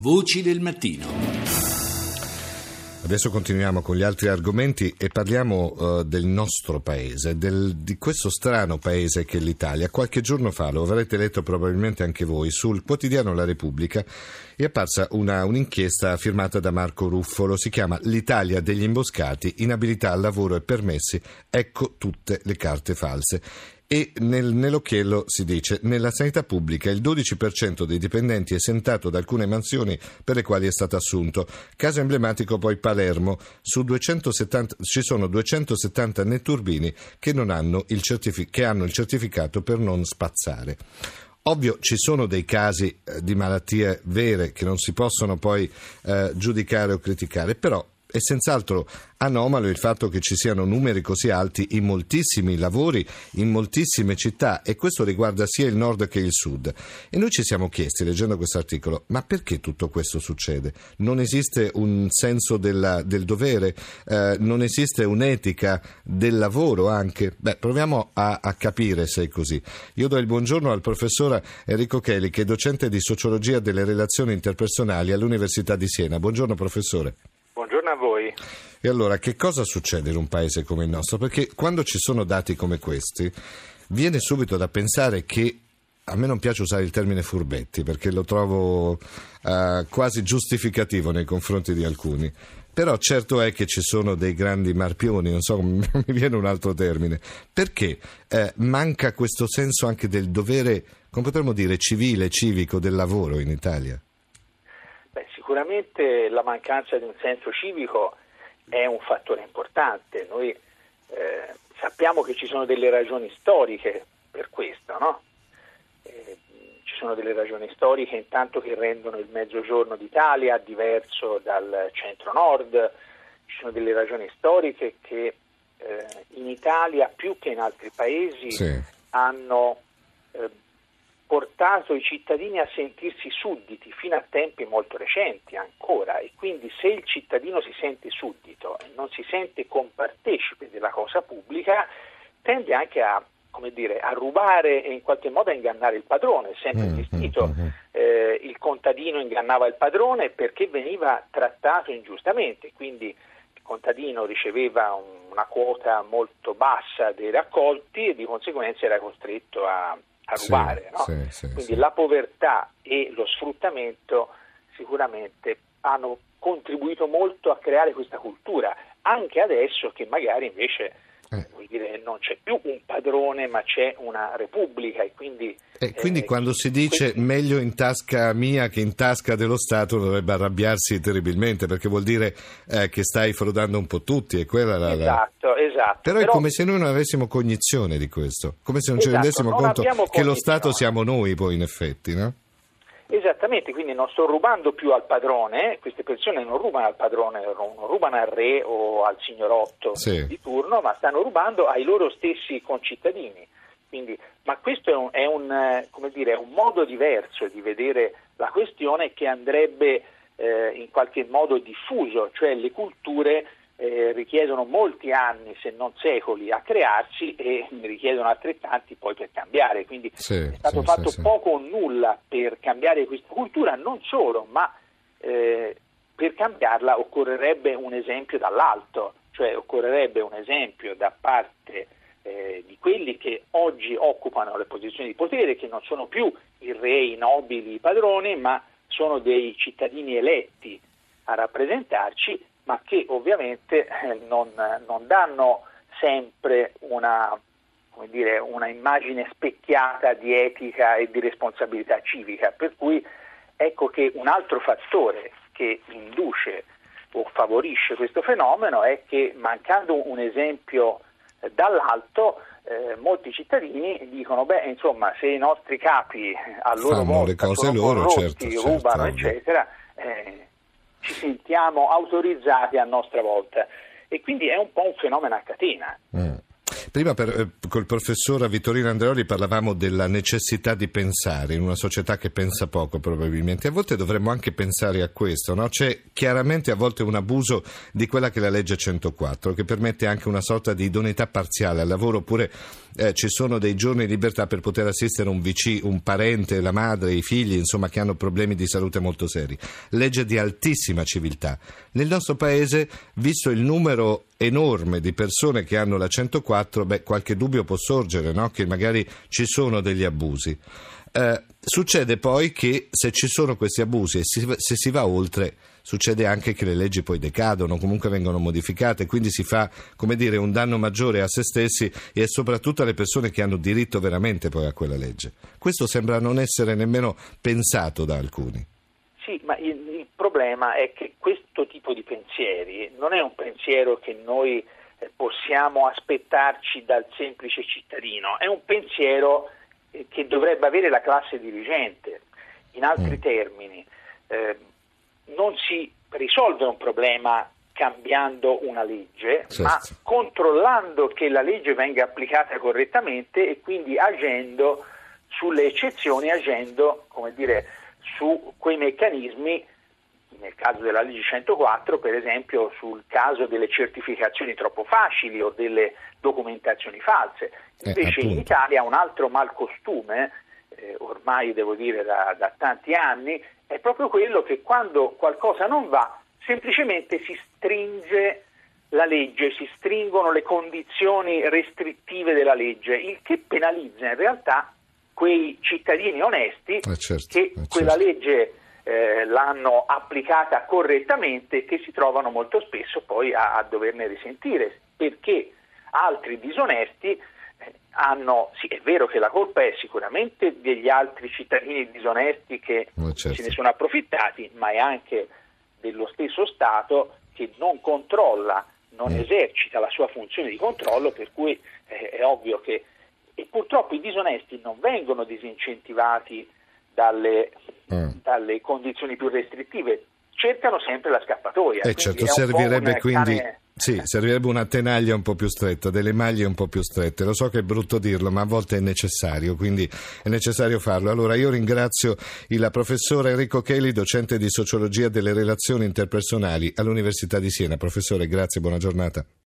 Voci del mattino. Adesso continuiamo con gli altri argomenti e parliamo del nostro paese, di questo strano paese che è l'Italia. Qualche giorno fa, lo avrete letto probabilmente anche voi, sul quotidiano La Repubblica è apparsa un'inchiesta firmata da Marco Ruffolo. Si chiama L'Italia degli imboscati, inabilità al lavoro e permessi, ecco tutte le carte false. E nell'occhiello si dice: nella sanità pubblica il 12% dei dipendenti è esentato da alcune mansioni per le quali è stato assunto. Caso emblematico poi Palermo: su 270 ci sono 270 netturbini che hanno il certificato per non spazzare. Ovvio, ci sono dei casi di malattie vere che non si possono poi giudicare o criticare, però è senz'altro anomalo il fatto che ci siano numeri così alti in moltissimi lavori, in moltissime città, e questo riguarda sia il nord che il sud. E noi ci siamo chiesti, leggendo questo articolo, ma perché tutto questo succede? Non esiste un senso del dovere? Non esiste un'etica del lavoro anche? Proviamo a capire se è così. Io do il buongiorno al professor Enrico Cheli, che è docente di sociologia delle relazioni interpersonali all'Università di Siena. Buongiorno professore. Buongiorno a voi. E allora, che cosa succede in un paese come il nostro? Perché quando ci sono dati come questi, viene subito da pensare che, a me non piace usare il termine furbetti, perché lo trovo quasi giustificativo nei confronti di alcuni, però certo è che ci sono dei grandi marpioni, non so, mi viene un altro termine. Perché manca questo senso anche del dovere, come potremmo dire, civile, civico del lavoro in Italia? Sicuramente la mancanza di un senso civico è un fattore importante. Noi sappiamo che ci sono delle ragioni storiche per questo, no? Ci sono delle ragioni storiche intanto che rendono il mezzogiorno d'Italia diverso dal centro-nord. Ci sono delle ragioni storiche che in Italia più che in altri paesi hanno portato i cittadini a sentirsi sudditi fino a tempi molto recenti ancora, e quindi se il cittadino si sente suddito e non si sente compartecipe della cosa pubblica, tende anche a rubare e in qualche modo a ingannare il padrone. È sempre esistito. Il contadino ingannava il padrone perché veniva trattato ingiustamente, quindi il contadino riceveva una quota molto bassa dei raccolti e di conseguenza era costretto a rubare, no? Quindi la povertà e lo sfruttamento sicuramente hanno contribuito molto a creare questa cultura, anche adesso che magari invece non c'è più un padrone ma c'è una repubblica, e quindi quando si dice meglio in tasca mia che in tasca dello Stato dovrebbe arrabbiarsi terribilmente, perché vuol dire che stai frodando un po' tutti, e quella esatto. Però è come se noi non avessimo cognizione di questo, come se non ci rendessimo conto che lo Stato siamo noi poi in effetti, no? Esattamente, quindi non sto rubando più al padrone, queste persone non rubano al padrone, non rubano al re o al signorotto di turno, ma stanno rubando ai loro stessi concittadini. Quindi, ma questo è un modo diverso di vedere la questione, che andrebbe in qualche modo diffuso, cioè le culture richiedono molti anni, se non secoli, a crearsi, e ne richiedono altrettanti poi per cambiare. Quindi è stato fatto poco o nulla per cambiare questa cultura. Non solo, ma per cambiarla occorrerebbe un esempio dall'alto, cioè occorrerebbe un esempio da parte di quelli che oggi occupano le posizioni di potere, che non sono più i re, i nobili, i padroni, ma sono dei cittadini eletti a rappresentarci, ma che ovviamente non danno sempre una immagine specchiata di etica e di responsabilità civica. Per cui ecco che un altro fattore che induce o favorisce questo fenomeno è che, mancando un esempio dall'alto, molti cittadini dicono se i nostri capi a loro fanno volta le cose sono loro, corrotti, rubano, eccetera, ci sentiamo autorizzati a nostra volta, e quindi è un po' un fenomeno a catena. Prima col professor Vittorino Andreoli parlavamo della necessità di pensare in una società che pensa poco probabilmente. A volte dovremmo anche pensare a questo, no? C'è chiaramente a volte un abuso di quella che è la legge 104, che permette anche una sorta di idoneità parziale al lavoro, oppure ci sono dei giorni di libertà per poter assistere un parente, la madre, i figli, insomma, che hanno problemi di salute molto seri. Legge di altissima civiltà. Nel nostro paese, visto il numero enorme di persone che hanno la 104, qualche dubbio può sorgere, no? Che magari ci sono degli abusi. Succede poi che se ci sono questi abusi e se si va oltre, succede anche che le leggi poi decadono, comunque vengono modificate, quindi si fa, come dire, un danno maggiore a se stessi e soprattutto alle persone che hanno diritto veramente poi a quella legge. Questo sembra non essere nemmeno pensato da alcuni. Sì, ma il problema è che questo tipo di pensieri non è un pensiero che noi possiamo aspettarci dal semplice cittadino, è un pensiero che dovrebbe avere la classe dirigente. In altri termini, non si risolve un problema cambiando una legge, certo, ma controllando che la legge venga applicata correttamente e quindi agendo sulle eccezioni, agendo, come dire, su quei meccanismi, nel caso della legge 104, per esempio sul caso delle certificazioni troppo facili o delle documentazioni false. Invece in Italia un altro malcostume, ormai devo dire da tanti anni, è proprio quello che quando qualcosa non va semplicemente si stringe la legge, si stringono le condizioni restrittive della legge, il che penalizza in realtà quei cittadini onesti che quella legge l'hanno applicata correttamente e che si trovano molto spesso poi a doverne risentire, perché altri disonesti hanno, sì, è vero che la colpa è sicuramente degli altri cittadini disonesti che se ne sono approfittati, ma è anche dello stesso Stato che non controlla, non esercita la sua funzione di controllo, per cui è ovvio che, e purtroppo i disonesti non vengono disincentivati dalle condizioni più restrittive, cercano sempre la scappatoia. Certo, servirebbe quindi servirebbe una tenaglia un po' più stretta, delle maglie un po' più strette. Lo so che è brutto dirlo, ma a volte è necessario, quindi è necessario farlo. Allora io ringrazio il professore Enrico Cheli, docente di sociologia delle relazioni interpersonali all'Università di Siena. Professore, grazie, buona giornata.